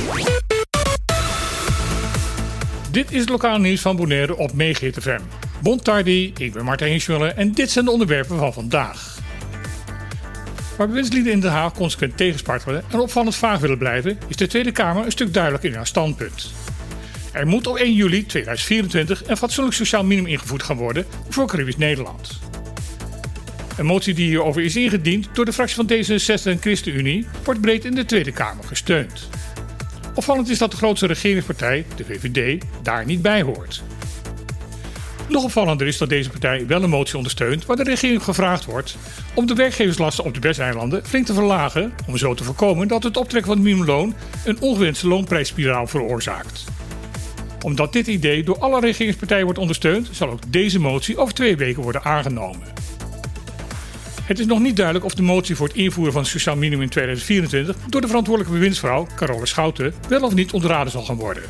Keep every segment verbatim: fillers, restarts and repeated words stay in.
Dit is het lokale nieuws van Bonaire op Megahit F M. Bon tardi, ik ben Martijn Schmuller en dit zijn de onderwerpen van vandaag. Waar bewindslieden in Den Haag consequent tegenspartelen en opvallend vaag willen blijven, is de Tweede Kamer een stuk duidelijker in haar standpunt. Er moet op één juli tweeduizend vierentwintig een fatsoenlijk sociaal minimum ingevoerd gaan worden voor Caribisch Nederland. Een motie die hierover is ingediend door de fractie van D zesenzestig en ChristenUnie wordt breed in de Tweede Kamer gesteund. Opvallend is dat de grootste regeringspartij, de V V D, daar niet bij hoort. Nog opvallender is dat deze partij wel een motie ondersteunt waar de regering gevraagd wordt om de werkgeverslasten op de Westeilanden flink te verlagen om zo te voorkomen dat het optrekken van het minimumloon een ongewenste loonprijsspiraal veroorzaakt. Omdat dit idee door alle regeringspartijen wordt ondersteund, zal ook deze motie over twee weken worden aangenomen. Het is nog niet duidelijk of de motie voor het invoeren van het sociaal minimum in tweeduizend vierentwintig door de verantwoordelijke bewindsvrouw, Carole Schouten, wel of niet ontraden zal gaan worden.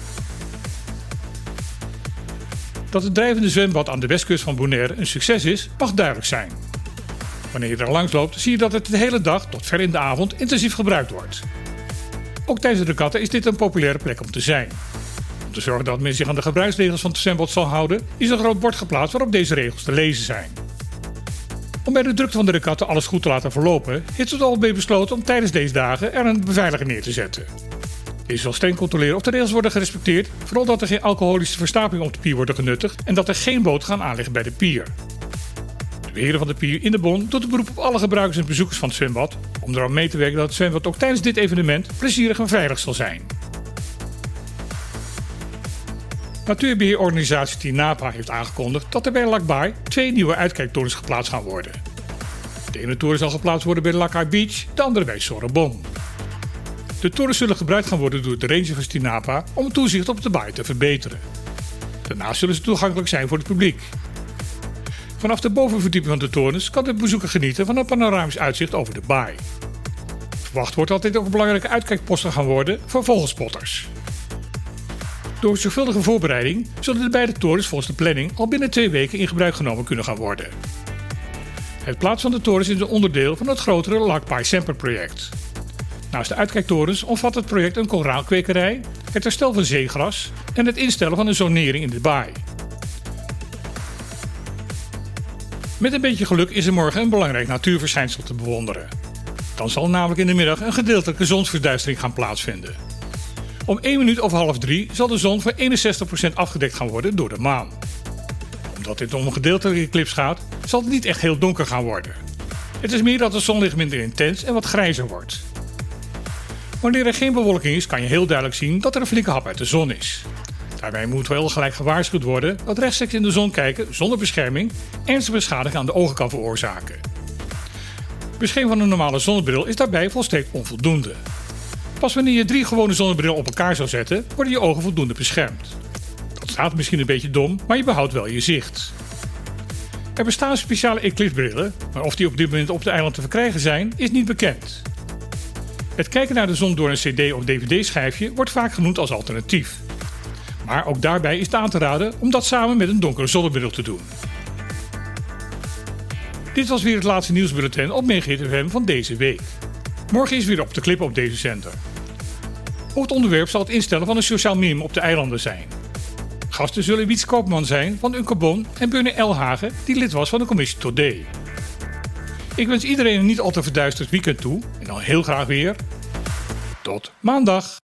Dat het drijvende zwembad aan de westkust van Bonaire een succes is, mag duidelijk zijn. Wanneer je er langs loopt, zie je dat het de hele dag tot ver in de avond intensief gebruikt wordt. Ook tijdens de regatta is dit een populaire plek om te zijn. Om te zorgen dat men zich aan de gebruiksregels van het zwembad zal houden, is een groot bord geplaatst waarop deze regels te lezen zijn. Om bij de drukte van de regatta alles goed te laten verlopen, heeft het al mee besloten om tijdens deze dagen er een beveiliger neer te zetten. Deze zal streng controleren of de regels worden gerespecteerd, vooral dat er geen alcoholische verstapingen op de pier worden genuttigd en dat er geen boten gaan aanleggen bij de pier. De beheerder van de pier in de Bon doet een beroep op alle gebruikers en bezoekers van het zwembad om eraan mee te werken dat het zwembad ook tijdens dit evenement plezierig en veilig zal zijn. Natuurbeheerorganisatie TINAPA heeft aangekondigd dat er bij Lac Baai twee nieuwe uitkijktorens geplaatst gaan worden. De ene toren zal geplaatst worden bij Lac Beach, de andere bij Sorrebom. De torens zullen gebruikt gaan worden door de rangers van TINAPA om het toezicht op de baai te verbeteren. Daarnaast zullen ze toegankelijk zijn voor het publiek. Vanaf de bovenverdieping van de torens kan de bezoeker genieten van een panoramisch uitzicht over de baai. Verwacht wordt dat dit ook een belangrijke uitkijkposten gaan worden voor vogelspotters. Door zorgvuldige voorbereiding zullen de beide torens volgens de planning al binnen twee weken in gebruik genomen kunnen gaan worden. Het plaatsen van de torens is een onderdeel van het grotere Lac Baai Semper project. Naast de uitkijktorens omvat het project een koraalkwekerij, het herstel van zeegras en het instellen van een zonering in de baai. Met een beetje geluk is er morgen een belangrijk natuurverschijnsel te bewonderen. Dan zal namelijk in de middag een gedeeltelijke zonsverduistering gaan plaatsvinden. Om één minuut over half drie zal de zon voor eenenzestig procent afgedekt gaan worden door de maan. Omdat dit om een gedeeltelijke eclips gaat, zal het niet echt heel donker gaan worden. Het is meer dat het zonlicht minder intens en wat grijzer wordt. Wanneer er geen bewolking is, kan je heel duidelijk zien dat er een flinke hap uit de zon is. Daarbij moet wel gelijk gewaarschuwd worden dat rechtstreeks in de zon kijken zonder bescherming ernstige beschadiging aan de ogen kan veroorzaken. Bescherming van een normale zonnebril is daarbij volstrekt onvoldoende. Pas wanneer je drie gewone zonnebrillen op elkaar zou zetten, worden je ogen voldoende beschermd. Dat staat misschien een beetje dom, maar je behoudt wel je zicht. Er bestaan speciale eclipsbrillen, maar of die op dit moment op het eiland te verkrijgen zijn, is niet bekend. Het kijken naar de zon door een cd of dvd-schijfje wordt vaak genoemd als alternatief. Maar ook daarbij is het aan te raden om dat samen met een donkere zonnebril te doen. Dit was weer het laatste nieuwsbulletin op Megahit F M van deze week. Morgen is weer op de klip op deze zender. Hoofdonderwerp zal het instellen van een sociaal minimum op de eilanden zijn. Gasten zullen Wiets Koopman zijn van Uncarbon en Bunne Elhagen, die lid was van de commissie Todé. Ik wens iedereen een niet al te verduisterd weekend toe en dan heel graag weer tot maandag.